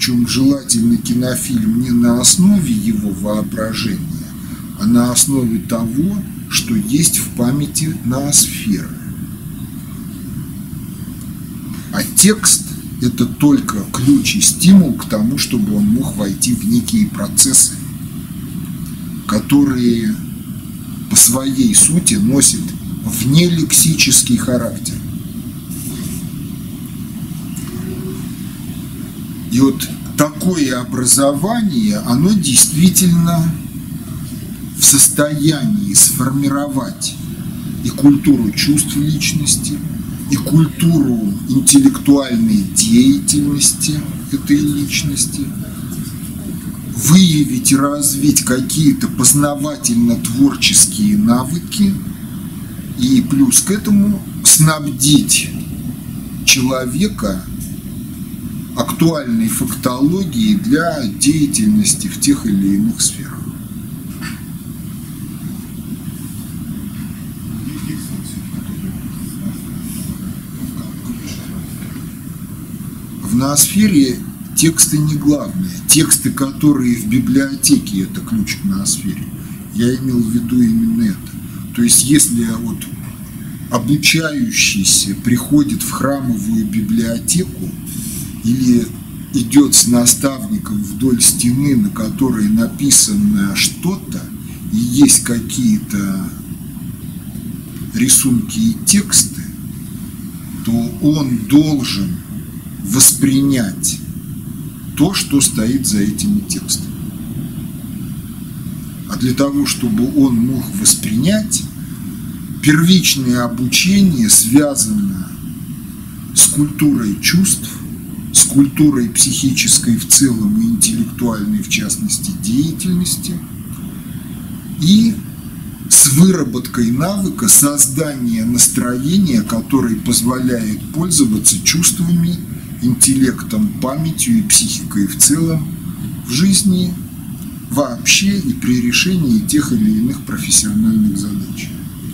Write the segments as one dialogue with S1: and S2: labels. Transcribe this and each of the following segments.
S1: Причем желательно кинофильм не на основе его воображения, а на основе того, что есть в памяти ноосферы. А текст – это только ключ и стимул к тому, чтобы он мог войти в некие процессы, которые по своей сути носят внелексический характер. И вот такое образование, оно действительно в состоянии сформировать и культуру чувств личности, и культуру интеллектуальной деятельности этой личности, выявить и развить какие-то познавательно-творческие навыки и плюс к этому снабдить человека актуальной фактологией для деятельности в тех или иных сферах. В ноосфере тексты не главные. Тексты, которые в библиотеке, это ключ к ноосфере. Я имел в виду именно это. То есть, если вот обучающийся приходит в храмовую библиотеку или идет с наставником вдоль стены, на которой написано что-то, и есть какие-то рисунки и тексты, то он должен воспринять то, что стоит за этими текстами. А для того, чтобы он мог воспринять, первичное обучение связано с культурой чувств, с культурой психической в целом и интеллектуальной, в частности, деятельности, и с выработкой навыка создания настроения, который позволяет пользоваться чувствами, интеллектом, памятью и психикой в целом в жизни вообще и при решении тех или иных профессиональных задач.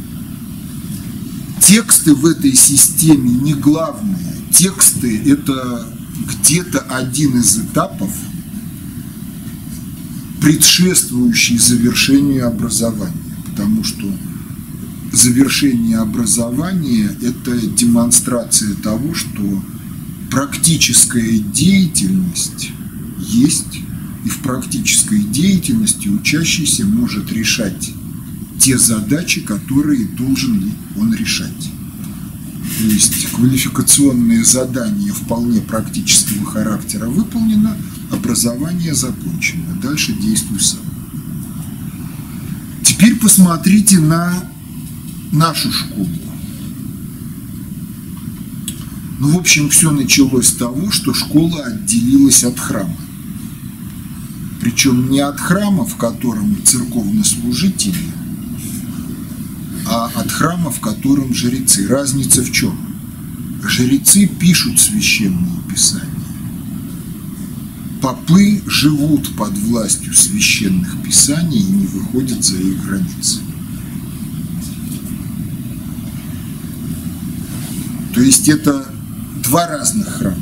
S1: Тексты в этой системе не главные. Тексты – это где-то один из этапов, предшествующий завершению образования, потому что завершение образования – это демонстрация того, что практическая деятельность есть, и в практической деятельности учащийся может решать те задачи, которые должен он решать. То есть квалификационное задание вполне практического характера выполнено, образование закончено. Дальше действуй сам. Теперь посмотрите на нашу школу. Ну, в общем, все началось с того, что школа отделилась от храма. Причем не от храма, в котором церковнослужители, а от храма, в котором жрецы. Разница в чем? Жрецы пишут священные писания. Попы живут под властью священных писаний и не выходят за их границы. То есть это два разных храма.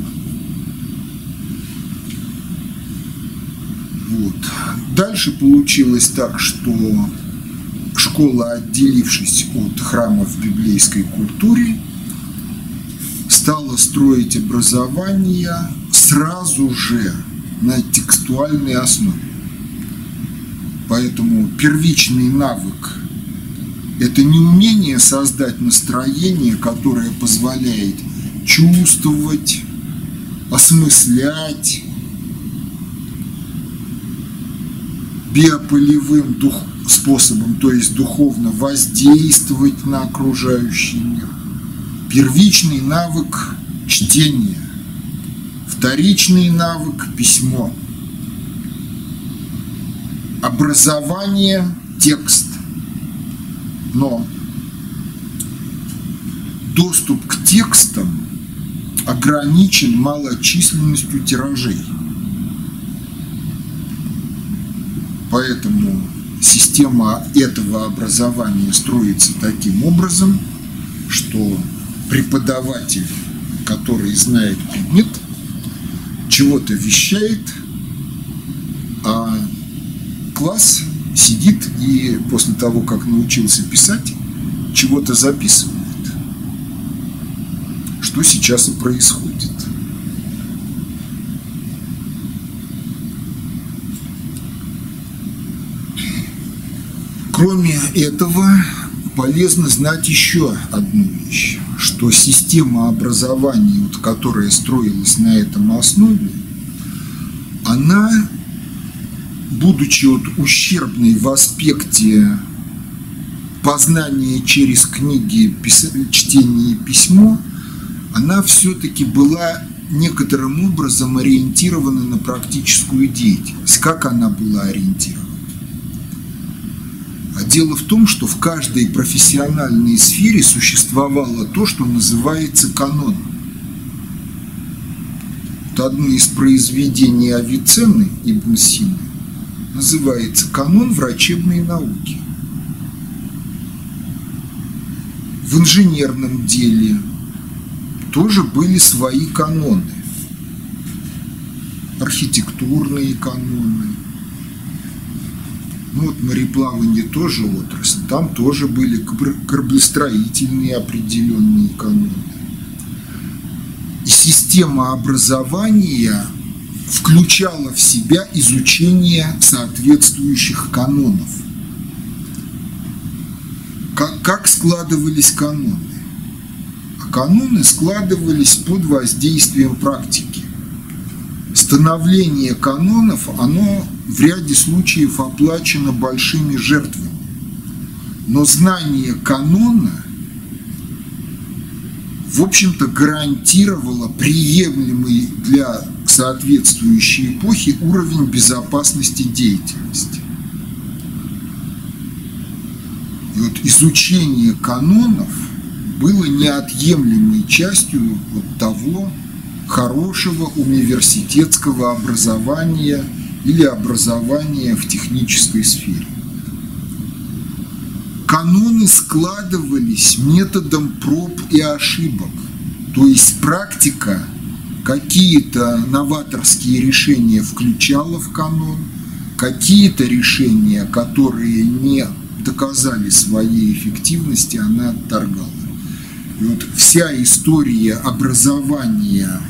S1: Вот. Дальше получилось так, что школа, отделившись от храма в библейской культуре, стала строить образование сразу же на текстуальной основе. Поэтому первичный навык – это не умение создать настроение, которое позволяет чувствовать, осмыслять биополевым способом, то есть духовно воздействовать на окружающий мир. Первичный навык – чтение, вторичный навык – письмо, образование – текст. Но доступ к текстам ограничен малочисленностью тиражей. Поэтому система этого образования строится таким образом, что преподаватель, который знает предмет, чего-то вещает, а класс сидит и после того, как научился писать, чего-то записывает. Что сейчас и происходит. Кроме этого, полезно знать еще одну вещь, что система образования, вот, которая строилась на этом основе, она, будучи вот ущербной в аспекте познания через книги, чтение и письмо, она все-таки была некоторым образом ориентирована на практическую деятельность. Как она была ориентирована? А дело в том, что в каждой профессиональной сфере существовало то, что называется канон. Это одно из произведений Авиценны Ибн Сины называется «Канон врачебной науки». В инженерном деле тоже были свои каноны, архитектурные каноны. Ну вот мореплавание тоже отрасль, там тоже были кораблестроительные определенные каноны. И система образования включала в себя изучение соответствующих канонов. Как складывались каноны? Каноны складывались под воздействием практики. Становление канонов, оно в ряде случаев оплачено большими жертвами. Но знание канона, в общем-то, гарантировало приемлемый для соответствующей эпохи уровень безопасности деятельности. И вот изучение канонов было неотъемлемой частью вот того хорошего университетского образования или образования в технической сфере. Каноны складывались методом проб и ошибок, то есть практика какие-то новаторские решения включала в канон, какие-то решения, которые не доказали своей эффективности, она отторгала. И вот вся история образования,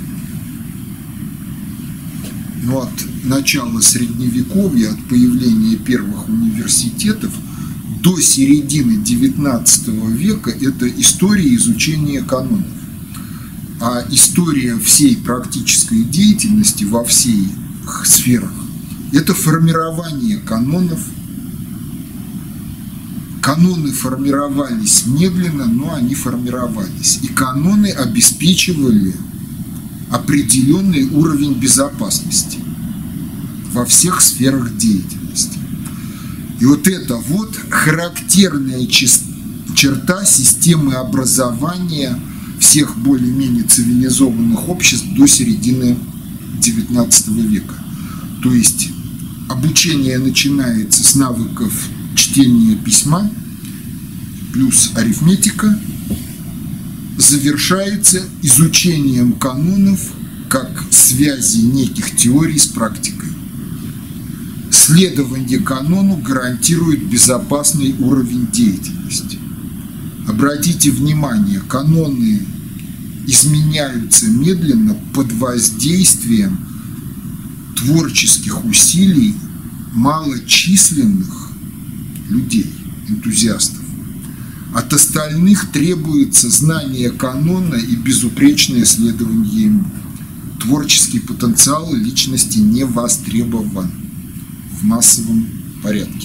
S1: ну, от начала Средневековья, от появления первых университетов до середины XIX века – это история изучения канонов. А история всей практической деятельности во всех сферах – это формирование канонов. Каноны формировались медленно, но они формировались. И каноны обеспечивали определенный уровень безопасности во всех сферах деятельности. И вот это вот характерная черта системы образования всех более-менее цивилизованных обществ до середины XIX века. То есть обучение начинается с навыков чтения письма плюс арифметика, завершается изучением канонов как связи неких теорий с практикой. Следование канону гарантирует безопасный уровень деятельности. Обратите внимание, каноны изменяются медленно под воздействием творческих усилий малочисленных людей, энтузиастов. От остальных требуется знание канона и безупречное следование ему. Творческий потенциал личности не востребован в массовом порядке.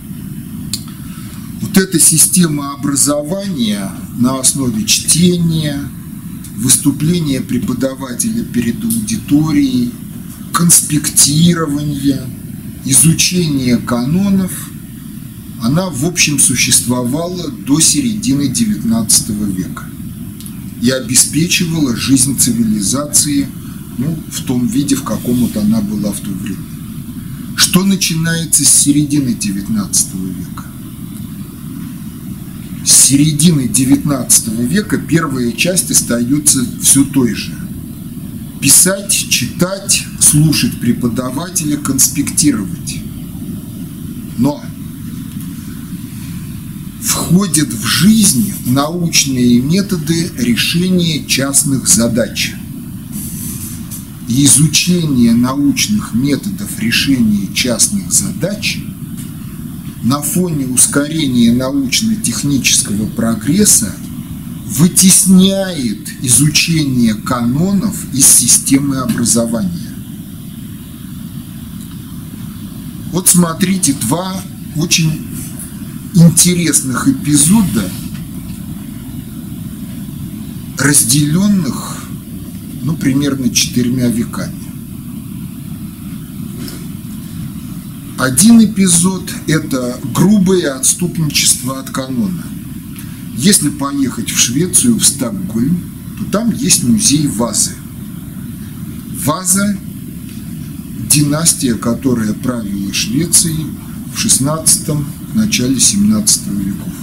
S1: Вот эта система образования на основе чтения, выступления преподавателя перед аудиторией, конспектирования, изучения канонов, она в общем существовала до середины XIX века и обеспечивала жизнь цивилизации, ну, в том виде, в каком вот она была в то время. Что начинается с середины XIX века? С середины XIX века первая часть остается все той же. Писать, читать, слушать преподавателя, конспектировать. Но входят в жизнь научные методы решения частных задач. И изучение научных методов решения частных задач на фоне ускорения научно-технического прогресса вытесняет изучение канонов из системы образования. Вот смотрите, два очень интересных эпизода, разделенных, примерно 4 веками. Один эпизод – это грубое отступничество от канона. Если поехать в Швецию, в Стокгольм, то там есть музей Вазы. Ваза – династия, которая правила Швецией в XVI – начале XVII веков.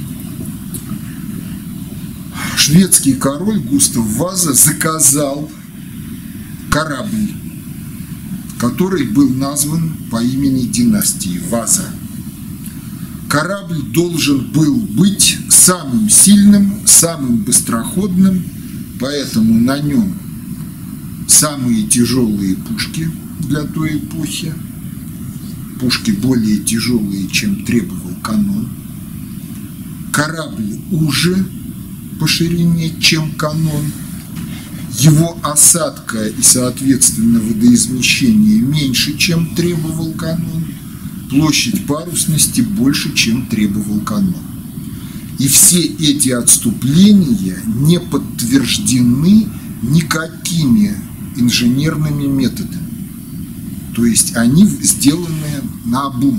S1: Шведский король Густав Ваза заказал корабль, который был назван по имени династии Ваза. Корабль должен был быть самым сильным, самым быстроходным, поэтому на нем самые тяжелые пушки для той эпохи, пушки более тяжелые, чем требовал канон. Корабль уже по ширине, чем канон. Его осадка и, соответственно, водоизмещение меньше, чем требовал канон. Площадь парусности больше, чем требовал канон. И все эти отступления не подтверждены никакими инженерными методами. То есть они сделаны наобум.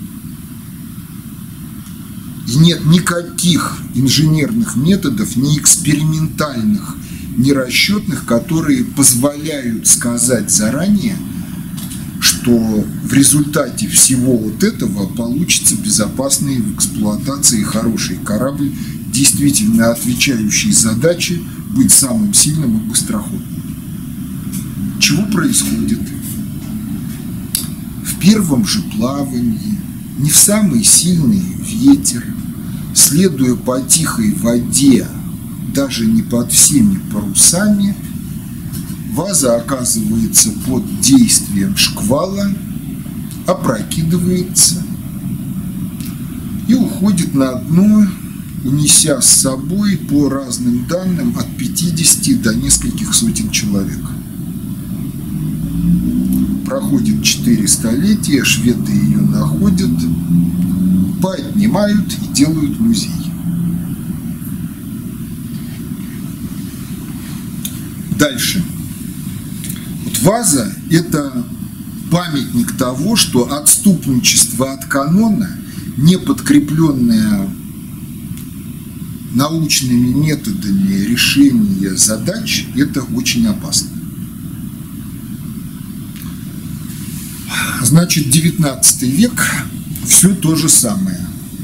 S1: И нет никаких инженерных методов, ни экспериментальных, ни расчетных, которые позволяют сказать заранее, что в результате всего вот этого получится безопасный в эксплуатации хороший корабль, действительно отвечающий задаче быть самым сильным и быстроходным. Чего происходит? В первом же плавании, не в самый сильный ветер, следуя по тихой воде, даже не под всеми парусами, Ваза оказывается под действием шквала, опрокидывается и уходит на дно, унеся с собой, по разным данным, от 50 до нескольких сотен человек. Проходит 4 столетия, шведы ее находят, поднимают и делают музей. Дальше. Вот Ваза – это памятник того, что отступничество от канона, не подкрепленное научными методами решения задач, это очень опасно. Значит, 19 век – все то же самое.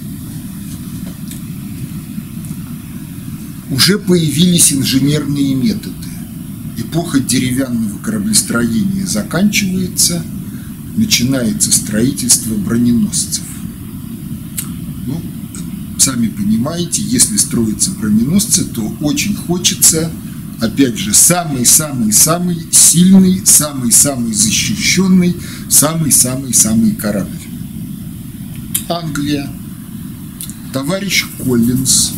S1: Уже появились инженерные методы. Эпоха деревянного кораблестроения заканчивается, начинается строительство броненосцев. Ну, сами понимаете, если строятся броненосцы, то очень хочется, опять же, самый-самый-самый сильный, самый-самый защищенный, самый-самый-самый корабль. Англия. Товарищ Коллинз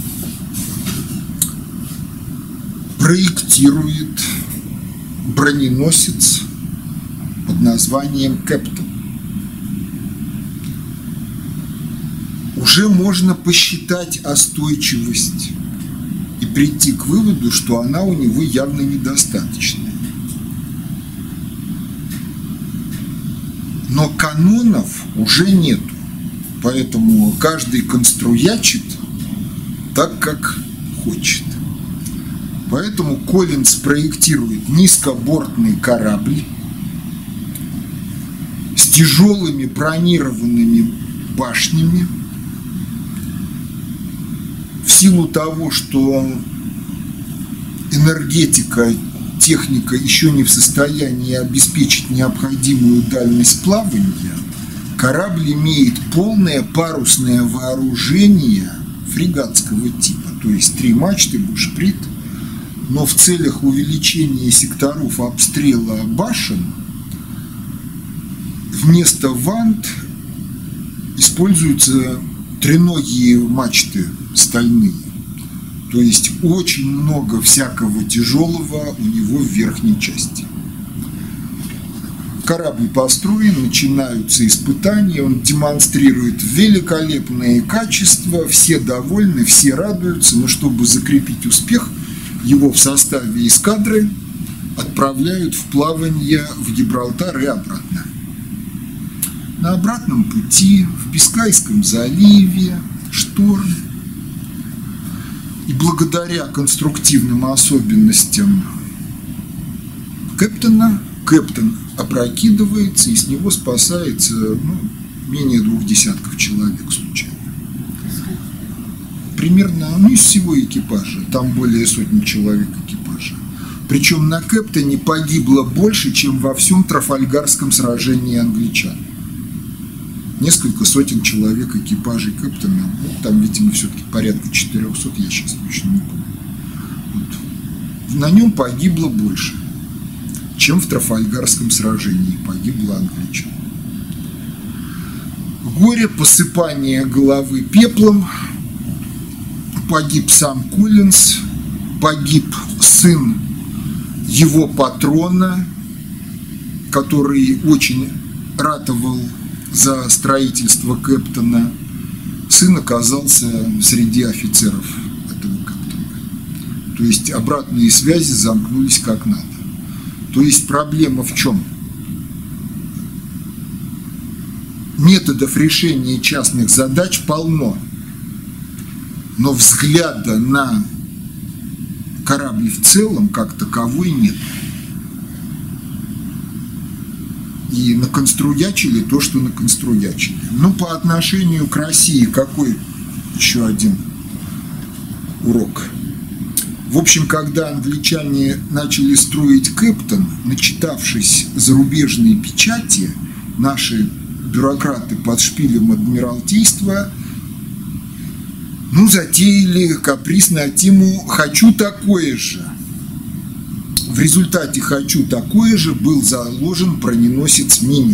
S1: проектирует броненосец под названием «Кэптон». Уже можно посчитать остойчивость и прийти к выводу, что она у него явно недостаточная. Но канонов уже нету, поэтому каждый конструячит так, как хочет. Поэтому Коллинз проектирует низкобортный корабль с тяжелыми бронированными башнями. В силу того, что энергетика техника еще не в состоянии обеспечить необходимую дальность плавания, корабль имеет полное парусное вооружение фрегатского типа, то есть 3 мачты, бушприт, но в целях увеличения секторов обстрела башен вместо вант используются треногие мачты стальные. То есть очень много всякого тяжелого у него в верхней части. Корабль построен, начинаются испытания, он демонстрирует великолепные качества, все довольны, все радуются, но чтобы закрепить успех, его в составе эскадры отправляют в плавание в Гибралтар и обратно. На обратном пути в Бискайском заливе шторм. И благодаря конструктивным особенностям кэптен опрокидывается, и с него спасается менее 20 человек случайно. Примерно из всего экипажа, там более сотни человек экипажа. Причем на кэптене погибло больше, чем во всем Трафальгарском сражении англичан. Несколько сотен человек экипажей кэптена, там, видимо, все-таки порядка 400, я сейчас точно не помню. На нем погибло больше, чем в Трафальгарском сражении погибло англичан. Горе, посыпание головы пеплом, погиб сам Коллинз, погиб сын его патрона, который очень ратовал за строительство кэптена. Сын оказался среди офицеров этого кэптена. То есть обратные связи замкнулись как надо. То есть проблема в чем? Методов решения частных задач полно, но взгляда на корабль в целом как таковой нет. И наконструячили то, что наконструячили. Но по отношению к России какой еще один урок? В общем, когда англичане начали строить кэптен, начитавшись зарубежные печати, наши бюрократы под шпилем Адмиралтейства затеяли каприз на тему «хочу такое же». В результате «хочу такое же» был заложен броненосец Минин.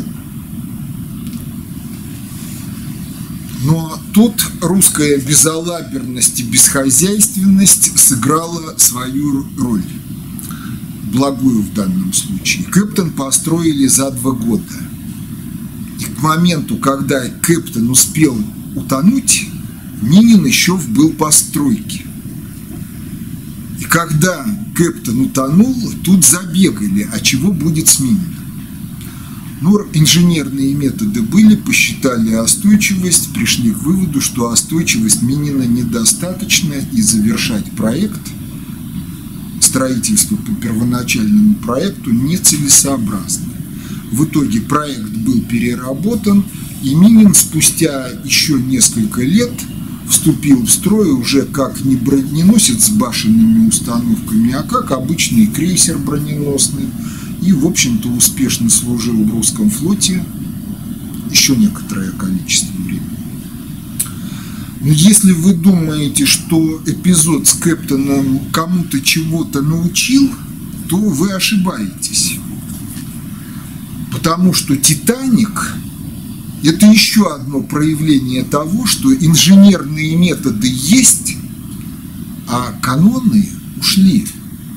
S1: Но тут русская безалаберность и бесхозяйственность сыграла свою роль, благую в данном случае. Кэптен построили за 2 года. И к моменту, когда кэптен успел утонуть, Минин еще был в постройке. И когда кэптен утонул, тут забегали, а чего будет с Мининым? Инженерные методы были, посчитали остойчивость, пришли к выводу, что остойчивость Минина недостаточна, и завершать проект, строительство по первоначальному проекту нецелесообразно. В итоге проект был переработан, и Минин спустя еще несколько лет вступил в строй уже как не броненосец с башенными установками, а как обычный крейсер броненосный. И, в общем-то, успешно служил в русском флоте еще некоторое количество времени. Но если вы думаете, что эпизод с кэптеном кому-то чего-то научил, то вы ошибаетесь. Потому что «Титаник» – это еще одно проявление того, что инженерные методы есть, а каноны ушли.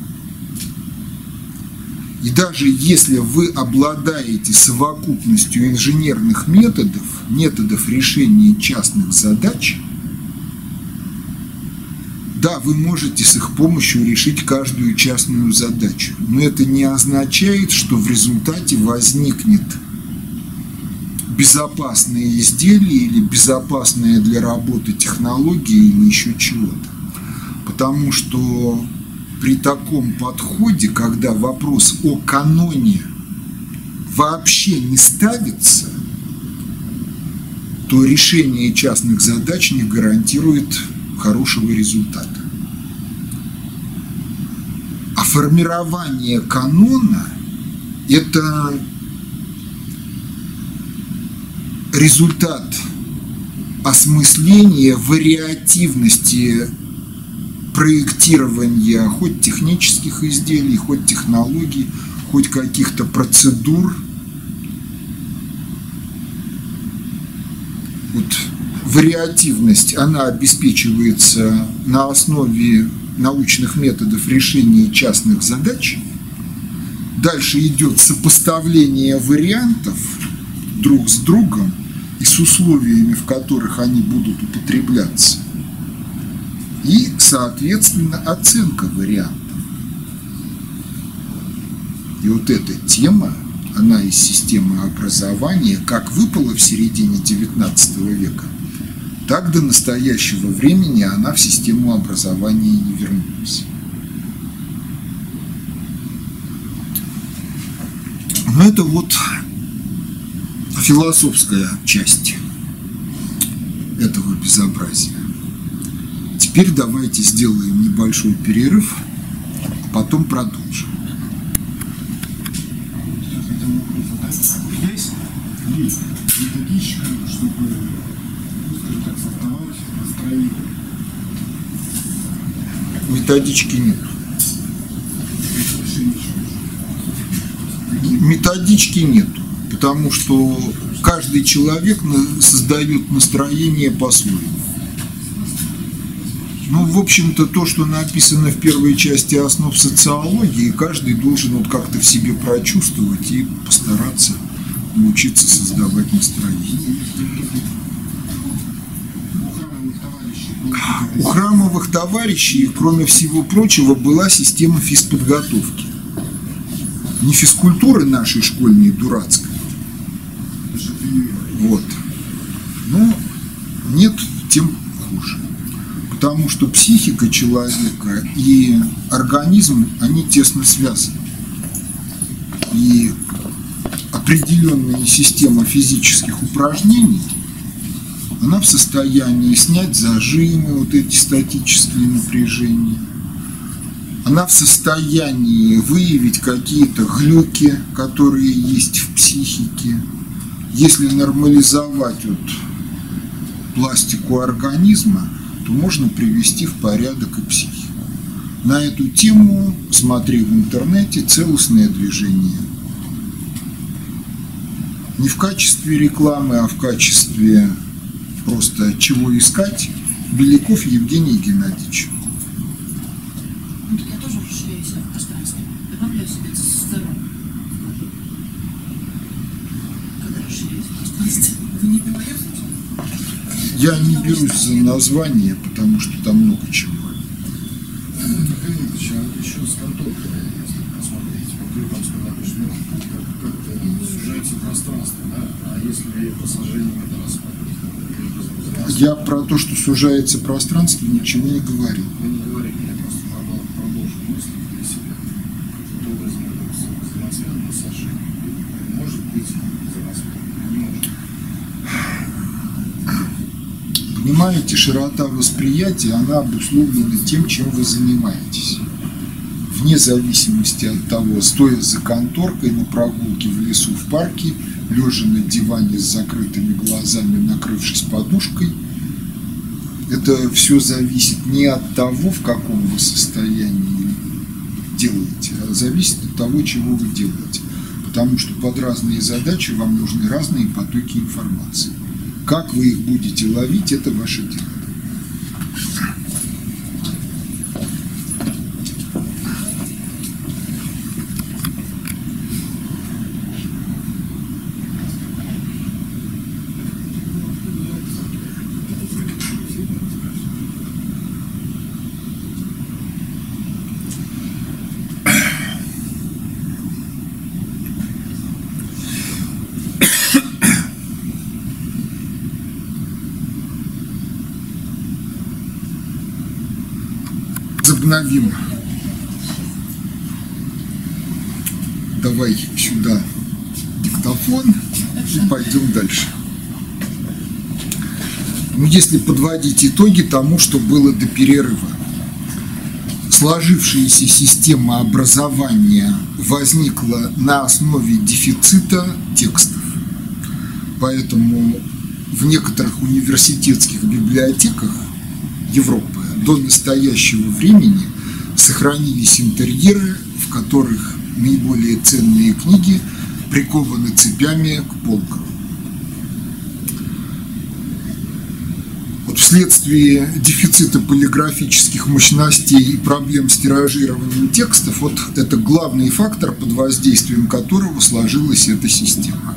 S1: И даже если вы обладаете совокупностью инженерных методов решения частных задач, да, вы можете с их помощью решить каждую частную задачу, но это не означает, что в результате возникнет безопасное изделие или безопасная для работы технология или еще чего-то. Потому что при таком подходе, когда вопрос о каноне вообще не ставится, то решение частных задач не гарантирует хорошего результата. А формирование канона – это результат осмысления вариативности проектирования хоть технических изделий, хоть технологий, хоть каких-то процедур. Вот вариативность, она обеспечивается на основе научных методов решения частных задач. Дальше идет сопоставление вариантов друг с другом и с условиями, в которых они будут употребляться. И, соответственно, оценка вариантов. И вот эта тема, она из системы образования, как выпала в середине XIX века, так до настоящего времени она в систему образования не вернулась. Но это вот философская часть этого безобразия. Теперь давайте сделаем небольшой перерыв, а потом продолжим.
S2: Есть методичка, чтобы, скажем так, создавать настроение.
S1: Методички нет. Методички нету, потому что каждый человек создает настроение по-своему. Ну, в общем-то, то, что написано в первой части основ социологии, каждый должен вот как-то в себе прочувствовать и постараться научиться создавать настроение. У храмовых товарищей, кроме всего прочего, была система физподготовки. Не физкультуры нашей школьной дурацкой. Вот. Но нет, тем хуже. Потому что психика человека и организм, они тесно связаны. И определенная система физических упражнений, она в состоянии снять зажимы, вот эти статические напряжения. Она в состоянии выявить какие-то глюки, которые есть в психике. Если нормализовать вот пластику организма, то можно привести в порядок и психику. На эту тему смотри в интернете «Целостное движение». Не в качестве рекламы, а в качестве просто чего искать. Беляков Евгений Геннадьевич.
S3: Ну, так я тоже расширяю себя в пространстве. Добавляю себе тестостерон. Когда расширяюсь в пространстве. Вы не понимаете?
S1: Я не берусь за название, потому что там много чего.
S2: Еще с конторкой, если посмотреть, вы там сказали, что как-то сужается пространство, да? А если по сожжению это распад?
S1: Я про то, что сужается пространство, ничего не говорил.
S2: Вы не говорите, я просто продолжу мысль для себя. Каким образом это взаимосвязано с сожжением? Может быть взаимосвязано, не может.
S1: Понимаете, широта восприятия, она обусловлена тем, чем вы занимаетесь. Вне зависимости от того, стоя за конторкой на прогулке в лесу, в парке, лежа на диване с закрытыми глазами, накрывшись подушкой, это все зависит не от того, в каком вы состоянии делаете, а зависит от того, чего вы делаете. Потому что под разные задачи вам нужны разные потоки информации. Как вы их будете ловить, это ваше дело. Возобновим. Давай сюда диктофон и пойдем дальше. Ну, если подводить итоги тому, что было до перерыва. Сложившаяся система образования возникла на основе дефицита текстов. Поэтому в некоторых университетских библиотеках Европы до настоящего времени сохранились интерьеры, в которых наиболее ценные книги прикованы цепями к полкам. Вследствие дефицита полиграфических мощностей и проблем с тиражированием текстов, это главный фактор, под воздействием которого сложилась эта система.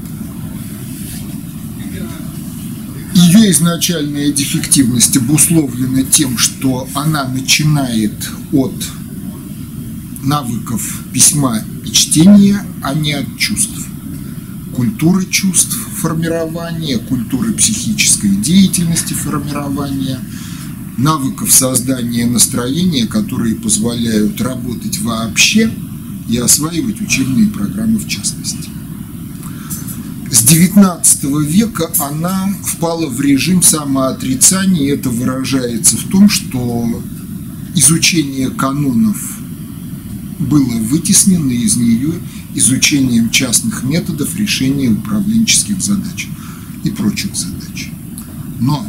S1: Ее изначальная дефективность обусловлена тем, что она начинает от навыков письма и чтения, а не от чувств. Культуры чувств формирования, культуры психической деятельности формирования, навыков создания настроения, которые позволяют работать вообще и осваивать учебные программы в частности. С XIX века она впала в режим самоотрицания, и это выражается в том, что изучение канонов было вытеснено из нее изучением частных методов решения управленческих задач и прочих задач. Но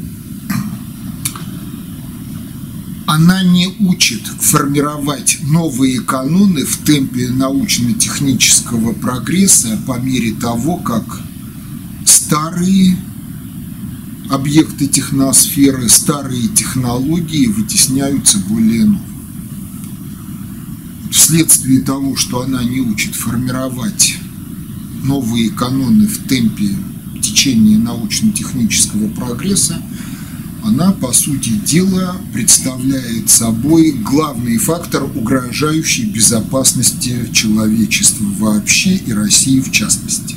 S1: она не учит формировать новые каноны в темпе научно-технического прогресса по мере того, как старые объекты техносферы, старые технологии вытесняются более новыми. Вследствие того, что она не учит формировать новые каноны в темпе течения научно-технического прогресса, она, по сути дела, представляет собой главный фактор, угрожающий безопасности человечества вообще и России в частности.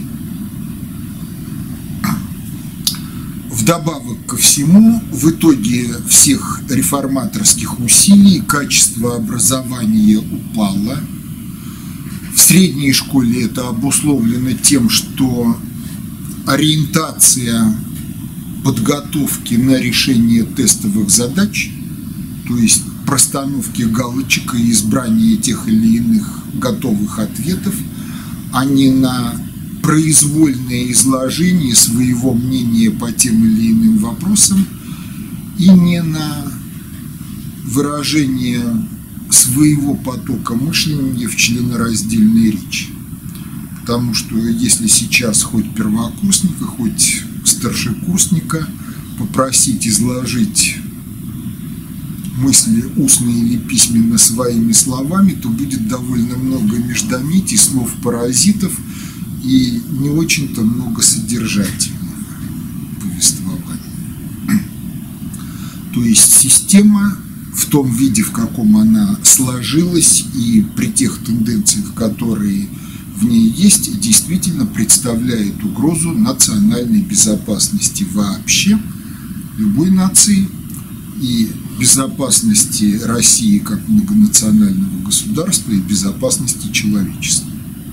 S1: Вдобавок ко всему, в итоге всех реформаторских усилий качество образования упало. В средней школе это обусловлено тем, что ориентация подготовки на решение тестовых задач, то есть простановки галочек и избрание тех или иных готовых ответов, а не на произвольное изложение своего мнения по тем или иным вопросам и не на выражение своего потока мышления в членораздельной речи. Потому что если сейчас хоть первокурсника, хоть старшекурсника попросить изложить мысли устно или письменно своими словами, то будет довольно много междометий, слов-паразитов и не очень-то много содержательного повествования. То есть система в том виде, в каком она сложилась, и при тех тенденциях, которые в ней есть, действительно представляет угрозу национальной безопасности вообще, любой нации, и безопасности России как многонационального государства, и безопасности человечества.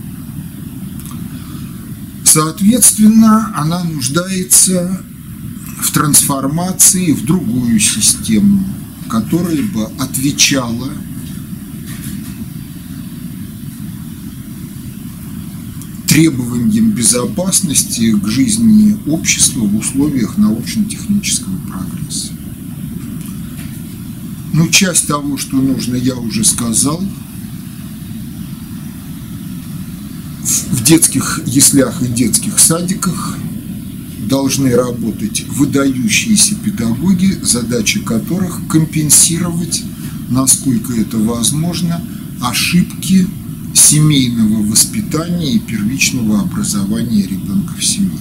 S1: Соответственно, она нуждается в трансформации в другую систему, которая бы отвечала требованиям безопасности к жизни общества в условиях научно-технического прогресса. Ну, часть того, что нужно, я уже сказал. В детских яслях и детских садиках должны работать выдающиеся педагоги, задача которых компенсировать, насколько это возможно, ошибки семейного воспитания и первичного образования ребенка в семье.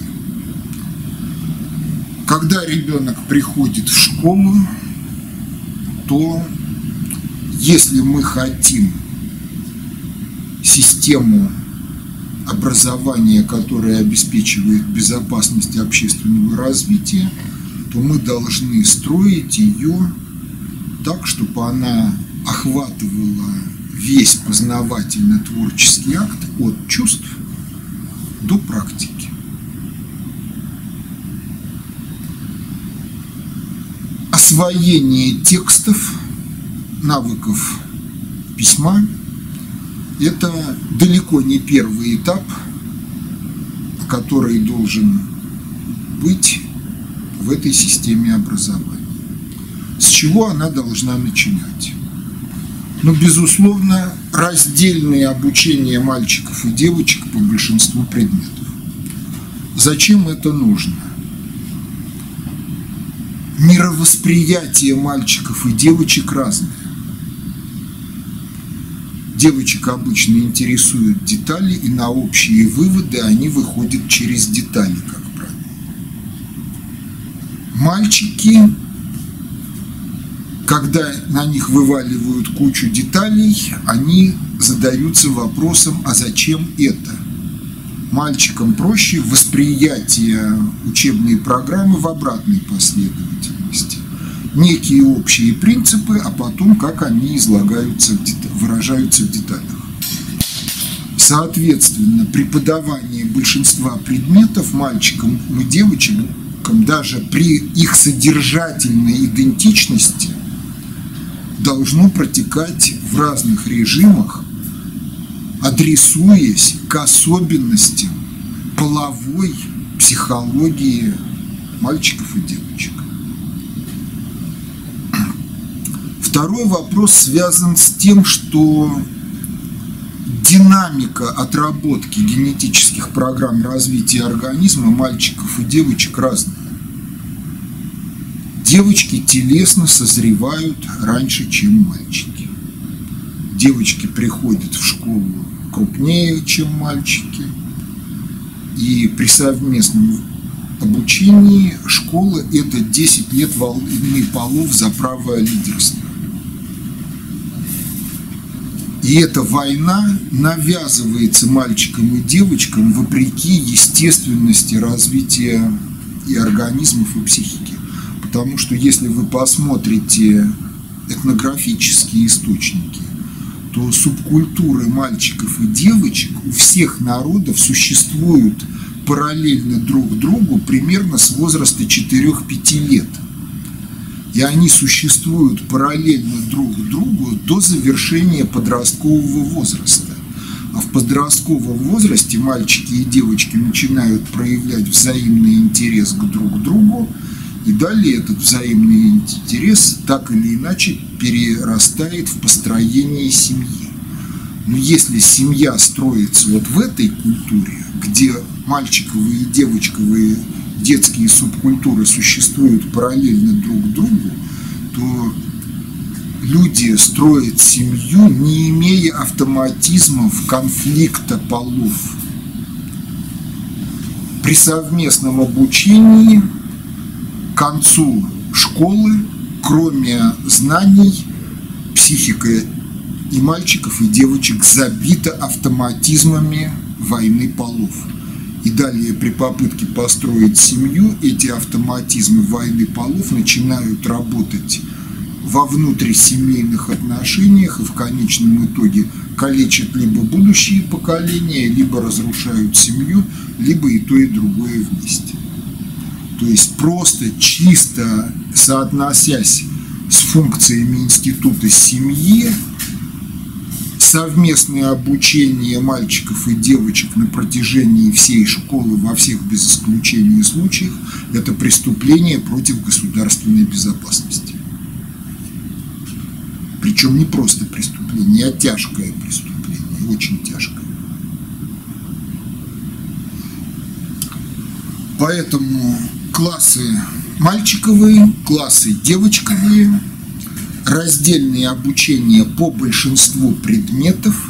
S1: Когда ребенок приходит в школу, то если мы хотим систему образования, которое обеспечивает безопасность общественного развития, то мы должны строить ее так, чтобы она охватывала весь познавательно-творческий акт от чувств до практики. Освоение текстов навыков письма – это далеко не первый этап, который должен быть в этой системе образования. С чего она должна начинать? Ну, безусловно, раздельное обучение мальчиков и девочек по большинству предметов. Зачем это нужно? Мировосприятие мальчиков и девочек разное. Девочек обычно интересуют детали, и на общие выводы они выходят через детали, как правило. Мальчики, когда на них вываливают кучу деталей, они задаются вопросом, а зачем это? Мальчикам проще восприятие учебной программы в обратной последовательности. Некие общие принципы, а потом как они выражаются в деталях. Соответственно, преподавание большинства предметов мальчикам и девочкам даже при их содержательной идентичности должно протекать в разных режимах, адресуясь к особенностям половой психологии мальчиков и девочек. Второй вопрос связан с тем, что динамика отработки генетических программ развития организма мальчиков и девочек разная. Девочки телесно созревают раньше, чем мальчики. Девочки приходят в школу крупнее, чем мальчики. И при совместном обучении школа – это 10 лет войны полов за право лидерства. И эта война навязывается мальчикам и девочкам вопреки естественности развития и организмов, и психики. Потому что если вы посмотрите этнографические источники, то субкультуры мальчиков и девочек у всех народов существуют параллельно друг другу примерно с возраста 4-5 лет. И они существуют параллельно друг другу до завершения подросткового возраста. А в подростковом возрасте мальчики и девочки начинают проявлять взаимный интерес к друг другу, и далее этот взаимный интерес так или иначе перерастает в построение семьи. Но если семья строится вот в этой культуре, где мальчиковые и девочковые детские субкультуры существуют параллельно друг другу, то люди строят семью, не имея автоматизмов конфликта полов. При совместном обучении к концу школы, кроме знаний, психика и мальчиков, и девочек забита автоматизмами войны полов. И далее при попытке построить семью эти автоматизмы войны полов начинают работать во внутрисемейных отношениях и в конечном итоге калечат либо будущие поколения, либо разрушают семью, либо и то, и другое вместе. То есть просто чисто соотносясь с функциями института семьи, совместное обучение мальчиков и девочек на протяжении всей школы во всех без исключения случаях – это преступление против государственной безопасности. Причем не просто преступление, а тяжкое преступление, очень тяжкое. Поэтому классы мальчиковые, классы девочковые, раздельное обучение по большинству предметов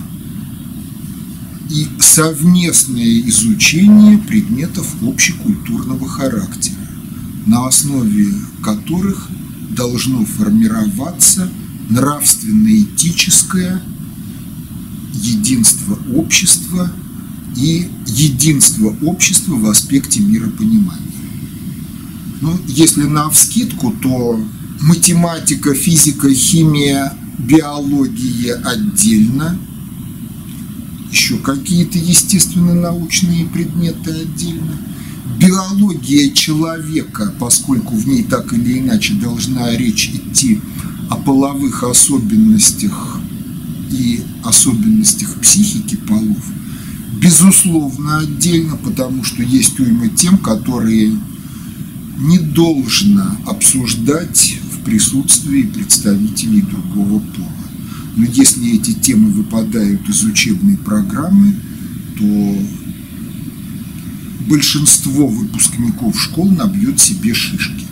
S1: и совместное изучение предметов общекультурного характера, на основе которых должно формироваться нравственно-этическое единство общества и единство общества в аспекте миропонимания. Ну, если навскидку, то математика, физика, химия, биология отдельно, еще какие-то естественно-научные предметы отдельно. Биология человека, поскольку в ней так или иначе должна речь идти о половых особенностях и особенностях психики полов, безусловно, отдельно, потому что есть уйма тем, которые не должно обсуждать в присутствии представителей другого пола. Но если эти темы выпадают из учебной программы, то большинство выпускников школ набьет себе шишки.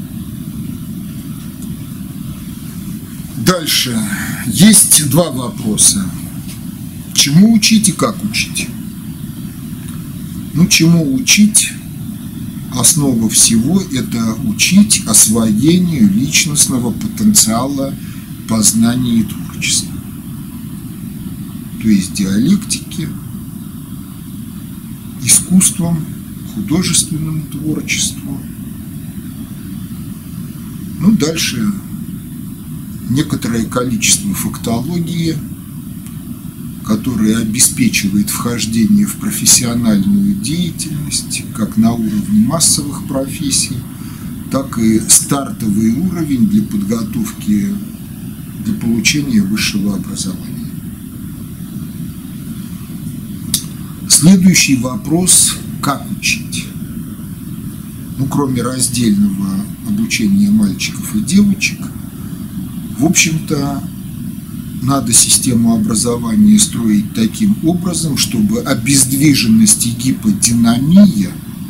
S1: Дальше. Есть два вопроса. Чему учить и как учить? Чему учить? Основа всего – это учить освоению личностного потенциала познания и творчества. То есть диалектике, искусством, художественному творчеству. Дальше некоторое количество фактологии, которая обеспечивает вхождение в профессиональную деятельность, как на уровне массовых профессий, так и стартовый уровень для подготовки, для получения высшего образования. Следующий вопрос – как учить? Кроме раздельного обучения мальчиков и девочек, в общем-то, надо систему образования строить таким образом, чтобы обездвиженность и гиподинамия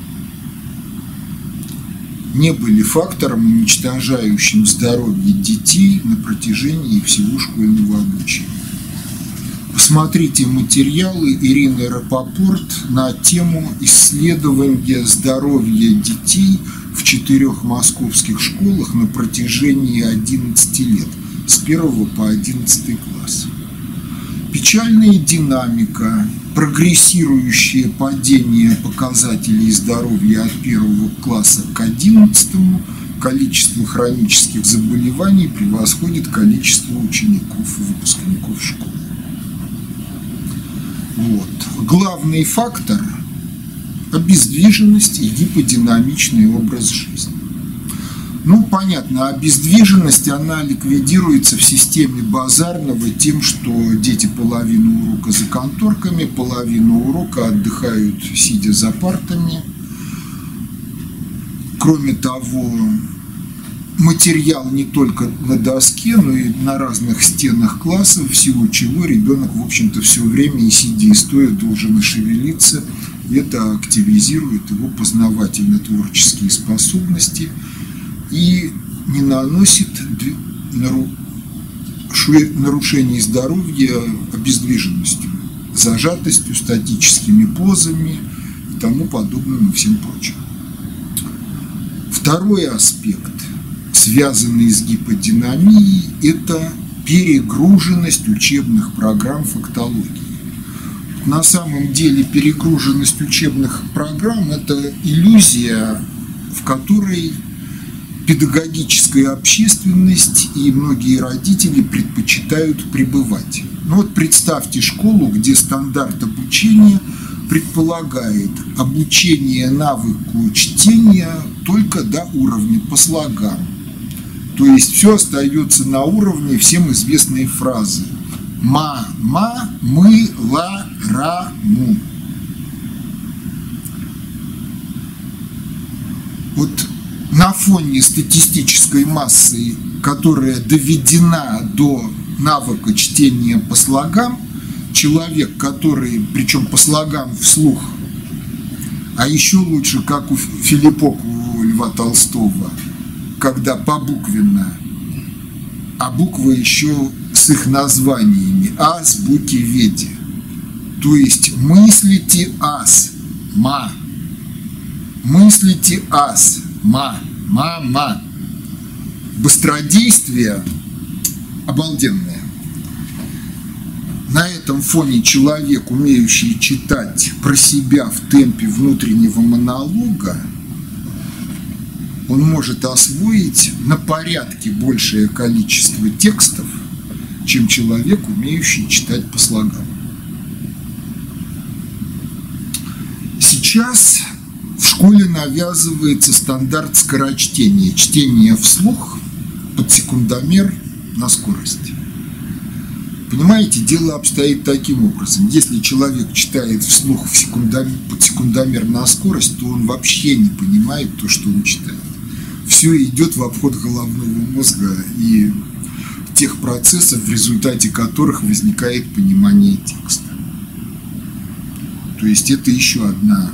S1: не были фактором, уничтожающим здоровье детей на протяжении всего школьного обучения. Посмотрите материалы Ирины Рапопорт на тему исследования здоровья детей в 4 московских школах на протяжении 11 лет. С 1 по 11 класс. Печальная динамика, прогрессирующее падение показателей здоровья от 1 класса к 11, количество хронических заболеваний превосходит количество учеников и выпускников школы. Главный фактор – обездвиженность и гиподинамичный образ жизни. Понятно, обездвиженность, она ликвидируется в системе Базарного тем, что дети половину урока за конторками, половину урока отдыхают, сидя за партами. Кроме того, материал не только на доске, но и на разных стенах класса, в силу чего ребенок, в общем-то, все время и сидя, и стоя должен и шевелиться. Это активизирует его познавательно-творческие способности и не наносит нарушений здоровья обездвиженностью, зажатостью, статическими позами и тому подобным и всем прочим. Второй аспект, связанный с гиподинамией, это перегруженность учебных программ фактологии. На самом деле перегруженность учебных программ – это иллюзия, в которой педагогическая общественность и многие родители предпочитают пребывать. Представьте школу, где стандарт обучения предполагает обучение навыку чтения только до уровня по слогам. То есть все остается на уровне всем известной фразы «ма, ма, мы, ла, ра, му». На фоне статистической массы, которая доведена до навыка чтения по слогам, человек, который, причем по слогам вслух, а еще лучше, как у Филиппока, у Льва Толстого, когда побуквенно, а буквы еще с их названиями, азбуки-веди. То есть мыслите ас, ма, мыслите ас, ма, ма. Быстродействие обалденное. На этом фоне человек, умеющий читать про себя в темпе внутреннего монолога, он может освоить на порядке большее количество текстов, чем человек, умеющий читать по слогам. Сейчас в школе навязывается стандарт скорочтения, чтение вслух под секундомер на скорости. Понимаете, дело обстоит таким образом. Если человек читает вслух под секундомер на скорость, то он вообще не понимает то, что он читает. Все идет в обход головного мозга и тех процессов, в результате которых возникает понимание текста. То есть это еще одна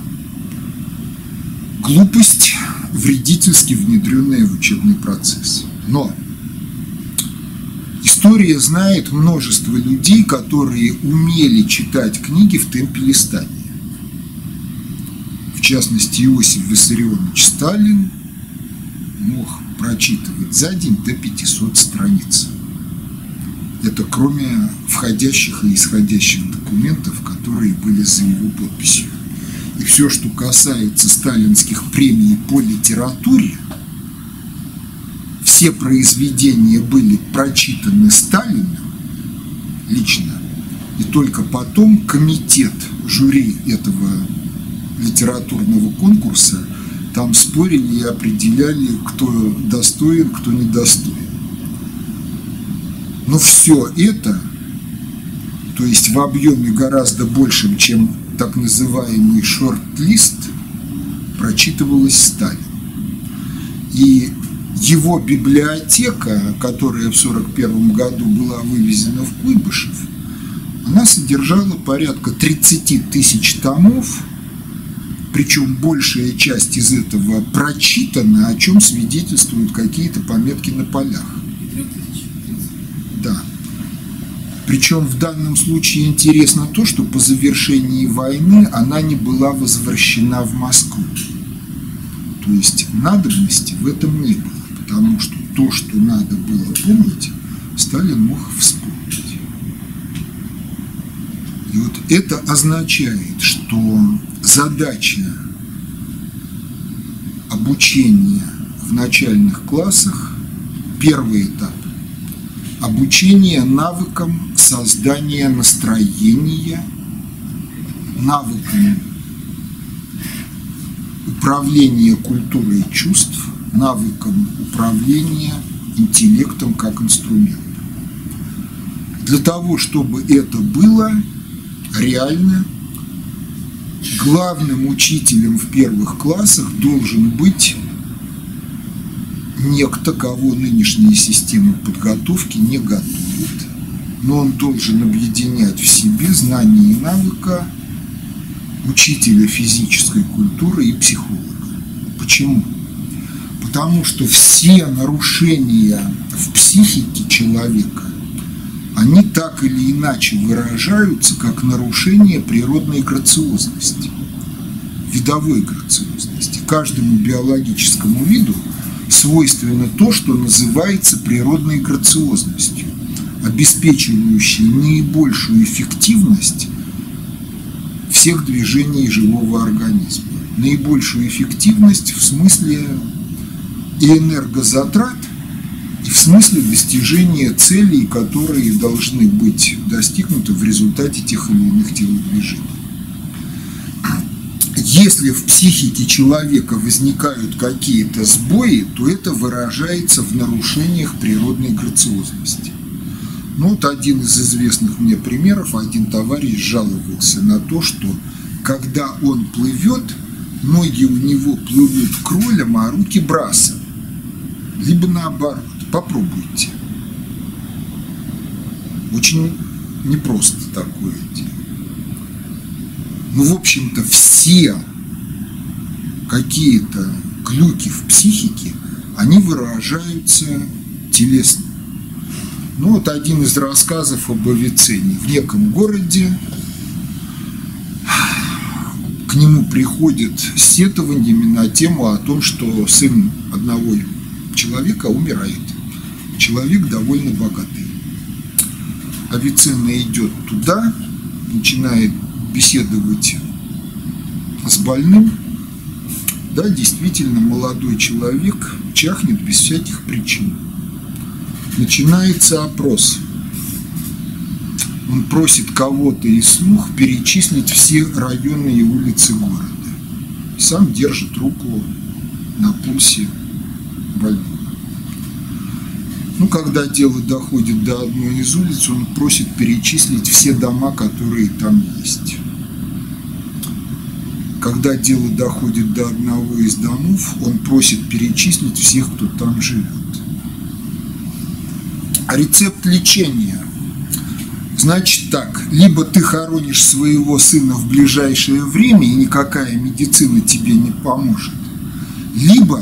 S1: глупость, вредительски внедренная в учебный процесс. Но история знает множество людей, которые умели читать книги в темпе листания. В частности, Иосиф Виссарионович Сталин мог прочитывать за день до 500 страниц. Это кроме входящих и исходящих документов, которые были за его подписью. И все, что касается сталинских премий по литературе, все произведения были прочитаны Сталиным лично, и только потом комитет жюри этого литературного конкурса там спорили и определяли, кто достоин, кто недостоин. Но все это, то есть в объеме гораздо большем, чем так называемый шорт-лист, прочитывалось Сталин. И его библиотека, которая в 1941 году была вывезена в Куйбышев, она содержала порядка 30 тысяч томов, причем большая часть из этого прочитана, о чем свидетельствуют какие-то пометки на полях. Да. Причем в данном случае интересно то, что по завершении войны она не была возвращена в Москву. То есть надобности в этом не было, потому что то, что надо было помнить, Сталин мог вспомнить. И вот это означает, что задача обучения в начальных классах, первый этап, обучение навыкам создания настроения, навыкам управления культурой чувств, навыкам управления интеллектом как инструментом. Для того, чтобы это было реально, главным учителем в первых классах должен быть некто, кого нынешняя система подготовки не готовит, но он должен объединять в себе знания и навыка учителя физической культуры и психолога. Почему? Потому что все нарушения в психике человека, они так или иначе выражаются как нарушение природной грациозности, видовой грациозности. Каждому биологическому виду свойственно то, что называется природной грациозностью, обеспечивающей наибольшую эффективность всех движений живого организма. Наибольшую эффективность в смысле и энергозатрат, и в смысле достижения целей, которые должны быть достигнуты в результате тех или иных телодвижений. Если в психике человека возникают какие-то сбои, то это выражается в нарушениях природной грациозности. Ну, вот один из известных мне примеров, один товарищ жаловался на то, что когда он плывет, ноги у него плывут кролем, а руки брасом. Либо наоборот. Попробуйте. Очень непросто такое дело. Ну, в общем-то, все какие-то глюки в психике, они выражаются телесно. Ну, вот один из рассказов об Авиценне. В неком городе к нему приходят с сетованиями на тему о том, что сын одного человека умирает. Человек довольно богатый. Авиценна идет туда, начинает беседовать с больным. Да, действительно, молодой человек чахнет без всяких причин. Начинается опрос. Он просит кого-то из слуг перечислить все районы и улицы города. Сам держит руку на пульсе больного. Ну, когда дело доходит до одной из улиц, он просит перечислить все дома, которые там есть. Когда дело доходит до одного из домов, он просит перечислить всех, кто там живет. А рецепт лечения. Значит так, либо ты хоронишь своего сына в ближайшее время, и никакая медицина тебе не поможет, либо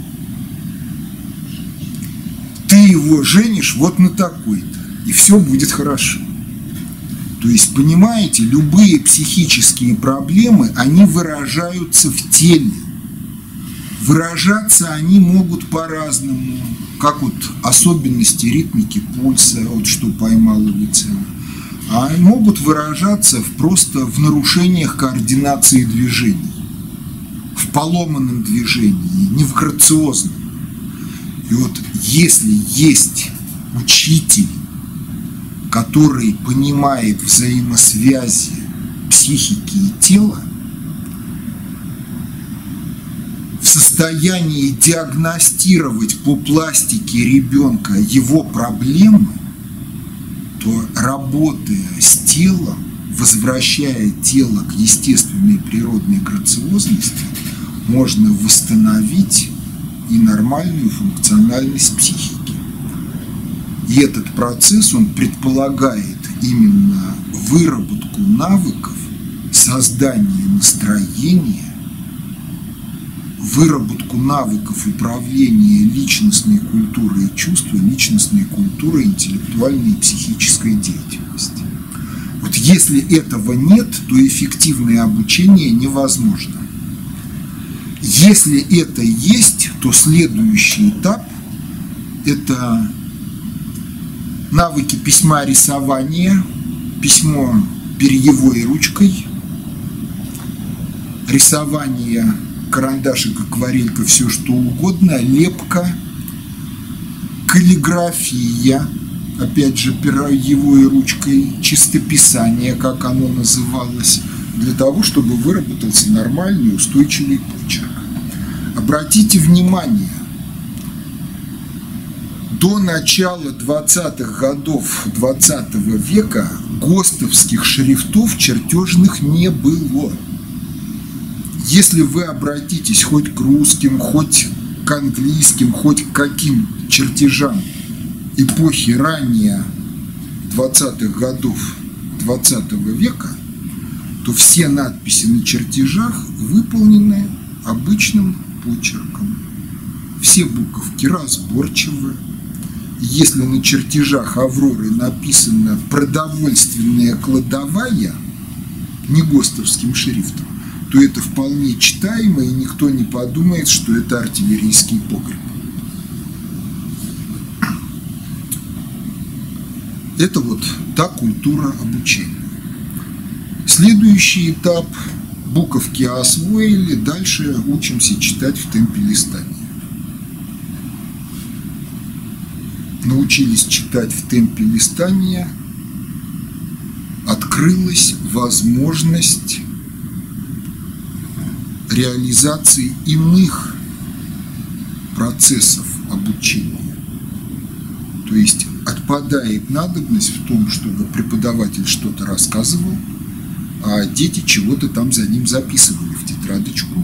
S1: ты его женишь вот на такой-то, и все будет хорошо. То есть, понимаете, любые психические проблемы, они выражаются в теле. Выражаться они могут по-разному, как вот особенности ритмики пульса, вот что поймал Авиценна, а могут выражаться просто в нарушениях координации движений, в поломанном движении, не в грациозном. И вот если есть учитель, который понимает взаимосвязи психики и тела, в состоянии диагностировать по пластике ребенка его проблемы, то, работая с телом, возвращая тело к естественной природной грациозности, можно восстановить и нормальную функциональность психики. И этот процесс, он предполагает именно выработку навыков, создание настроения, выработку навыков управления личностной культурой и чувства, личностной культурой, интеллектуальной и психической деятельности. Вот если этого нет, то эффективное обучение невозможно. Если это есть, то следующий этап – это навыки письма, рисования, письмо перьевой ручкой, рисование карандашик, акварелька, все что угодно, лепка, каллиграфия, опять же перьевой ручкой, чистописание, как оно называлось, для того, чтобы выработался нормальный устойчивый почерк. Обратите внимание, до начала 20-х годов 20 века ГОСТовских шрифтов чертежных не было. Если вы обратитесь хоть к русским, хоть к английским, хоть к каким чертежам эпохи ранее 20-х годов 20 века, то все надписи на чертежах выполнены обычным почерком. Все буковки разборчивы. Если на чертежах Авроры написано «продовольственная кладовая» не ГОСТовским шрифтом, то это вполне читаемо, и никто не подумает, что это артиллерийский погреб. Это вот та культура обучения. Следующий этап – буковки освоили, дальше учимся читать в темпе листания. Научились читать в темпе листания, открылась возможность реализации иных процессов обучения. То есть отпадает надобность в том, чтобы преподаватель что-то рассказывал, а дети чего-то там за ним записывали в тетрадочку,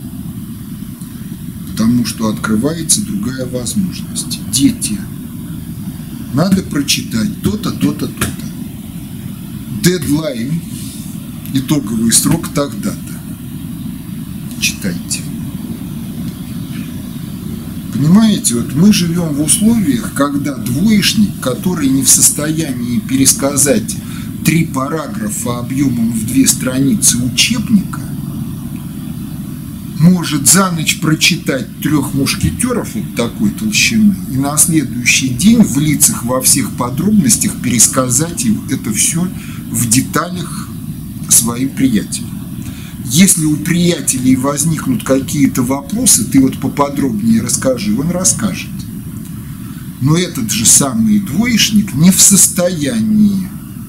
S1: потому что открывается другая возможность. Дети, надо прочитать то-то, то-то, то-то. Дедлайн, итоговый срок тогда-то. Читайте. Понимаете, вот мы живем в условиях, когда двоечник, который не в состоянии пересказать 3 параграфа объемом в 2 страницы учебника, может за ночь прочитать 3 мушкетеров вот такой толщины и на следующий день в лицах во всех подробностях пересказать это все в деталях своим приятелям. Если у приятелей возникнут какие-то вопросы, ты вот поподробнее расскажи, он расскажет. Но этот же самый двоечник не в состоянии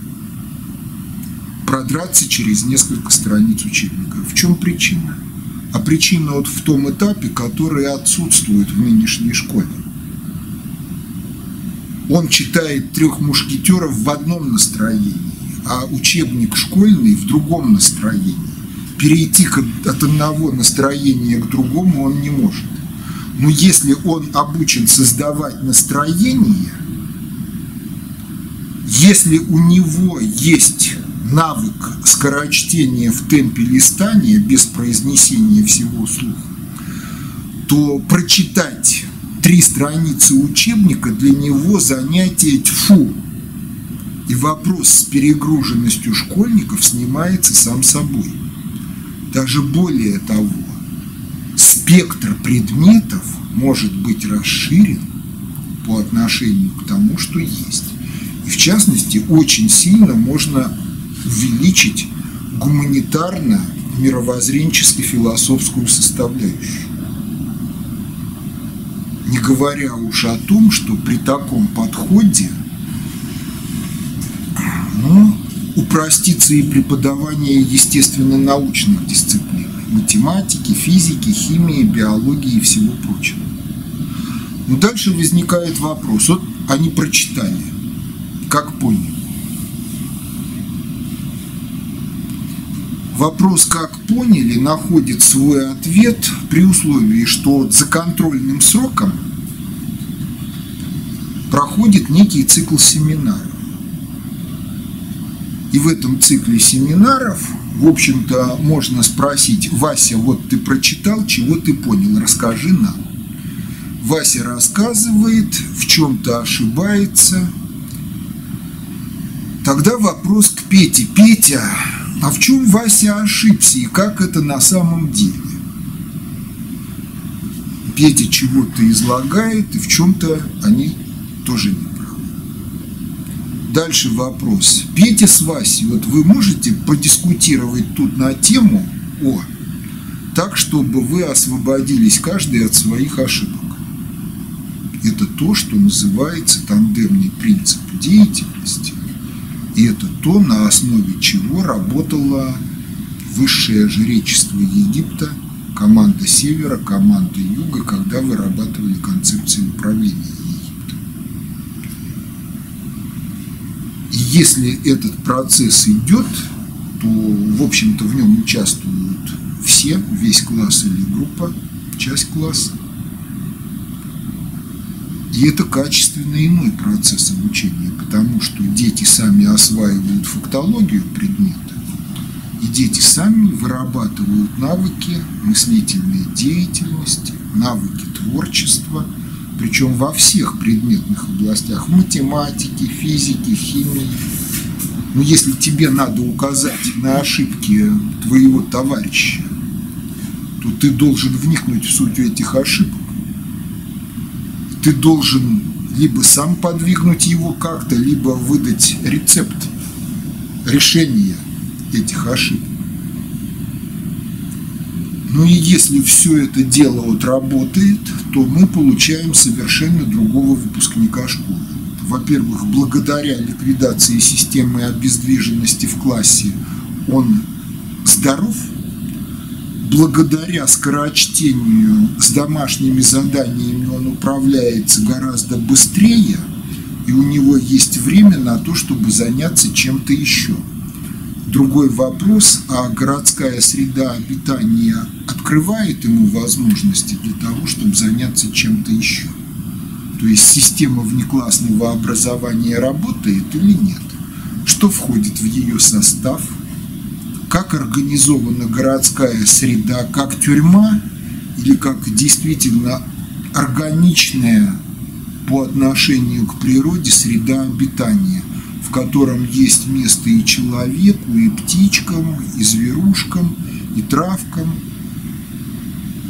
S1: продраться через несколько страниц учебника. В чем причина? А причина вот в том этапе, который отсутствует в нынешней школе. Он читает «Трех мушкетеров» в одном настроении, а учебник школьный в другом настроении. Перейти от одного настроения к другому он не может. Но если он обучен создавать настроение, если у него есть навык скорочтения в темпе листания без произнесения всего вслух, то прочитать 3 страницы учебника для него занятие тьфу. И вопрос с перегруженностью школьников снимается сам собой. Даже более того, спектр предметов может быть расширен по отношению к тому, что есть. И в частности, очень сильно можно увеличить гуманитарно-мировоззренческо-философскую составляющую. Не говоря уж о том, что при таком подходе упростится и преподавание естественно-научных дисциплин, математики, физики, химии, биологии и всего прочего. Но дальше возникает вопрос. Вот они прочитали, как поняли. Вопрос, как поняли, находит свой ответ при условии, что за контрольным сроком проходит некий цикл семинаров. И в этом цикле семинаров, в общем-то, можно спросить: Вася, вот ты прочитал, чего ты понял, расскажи нам. Вася рассказывает, в чем-то ошибается. Тогда вопрос к Пете. Петя, а в чем Вася ошибся и как это на самом деле? Петя чего-то излагает, и в чем-то они тоже не правы. Дальше вопрос. Петя с Васей, вот вы можете подискутировать тут на тему так, чтобы вы освободились каждый от своих ошибок. Это то, что называется тандемный принцип деятельности. И это то, на основе чего работало высшее жречество Египта, команда Севера, команда Юга, когда вырабатывали концепцию управления Египтом. И если этот процесс идет, то, в общем-то, в нем участвуют все, весь класс или группа, часть класса. И это качественно иной процесс обучения, потому что дети сами осваивают фактологию предмета, и дети сами вырабатывают навыки мыслительной деятельности, навыки творчества, причем во всех предметных областях, в математике, физике, химии. Но если тебе надо указать на ошибки твоего товарища, то ты должен вникнуть в суть этих ошибок. Ты должен либо сам подвигнуть его как-то, либо выдать рецепт решения этих ошибок. Ну и если все это дело вот работает, то мы получаем совершенно другого выпускника школы. Во-первых, благодаря ликвидации системы обездвиженности в классе он здоров. Благодаря скорочтению с домашними заданиями он управляется гораздо быстрее, и у него есть время на то, чтобы заняться чем-то еще. Другой вопрос, а городская среда обитания открывает ему возможности для того, чтобы заняться чем-то еще? То есть система внеклассного образования работает или нет? Что входит в ее состав? Как организована городская среда, как тюрьма или как действительно органичная по отношению к природе среда обитания, в котором есть место и человеку, и птичкам, и зверушкам, и травкам,